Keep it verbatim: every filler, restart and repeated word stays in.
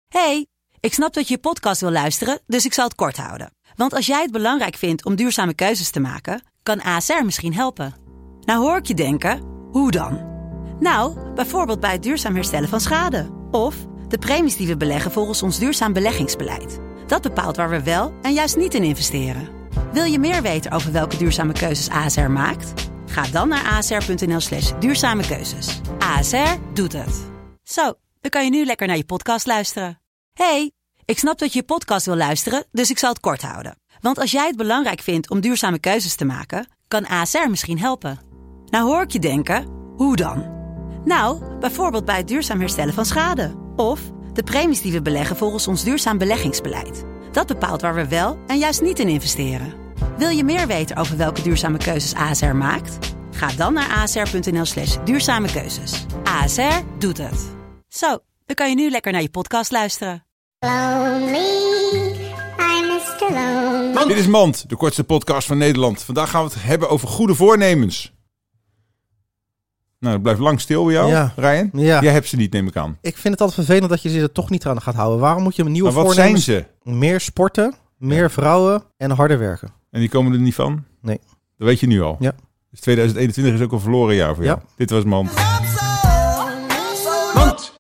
Hey, ik snap dat je je podcast wil luisteren, dus ik zal het kort houden. Want als jij het belangrijk vindt om duurzame keuzes te maken, kan A S R misschien helpen. Nou hoor ik je denken, hoe dan? Nou, bijvoorbeeld bij het duurzaam herstellen van schade. Of de premies die we beleggen volgens ons duurzaam beleggingsbeleid. Dat bepaalt waar we wel en juist niet in investeren. Wil je meer weten over welke duurzame keuzes A S R maakt? Ga dan naar asr.nl slash duurzame keuzes. A S R doet het. Zo, dan kan je nu lekker naar je podcast luisteren. Hey, ik snap dat je je podcast wil luisteren, dus ik zal het kort houden. Want als jij het belangrijk vindt om duurzame keuzes te maken, kan A S R misschien helpen. Nou hoor ik je denken, hoe dan? Nou, bijvoorbeeld bij het duurzaam herstellen van schade. Of de premies die we beleggen volgens ons duurzaam beleggingsbeleid. Dat bepaalt waar we wel en juist niet in investeren. Wil je meer weten over welke duurzame keuzes A S R maakt? Ga dan naar asr.nl slash duurzame keuzes. A S R doet het. Zo, dan kan je nu lekker naar je podcast luisteren. Lonely, I'm mister Lonely. Dit is Mand, de kortste podcast van Nederland. Vandaag gaan we het hebben over goede voornemens. Nou, het blijft lang stil bij jou, Ja. Ryan. Ja. Jij hebt ze niet, neem ik aan. Ik vind het altijd vervelend dat je ze er toch niet aan gaat houden. Waarom moet je een nieuwe Maar wat voornemens... zijn ze? Meer sporten, meer vrouwen en harder werken. En die komen er niet van? Nee. Dat weet je nu al. Ja. Dus tweeduizend eenentwintig is ook een verloren jaar voor jou. Ja. Dit was Mand.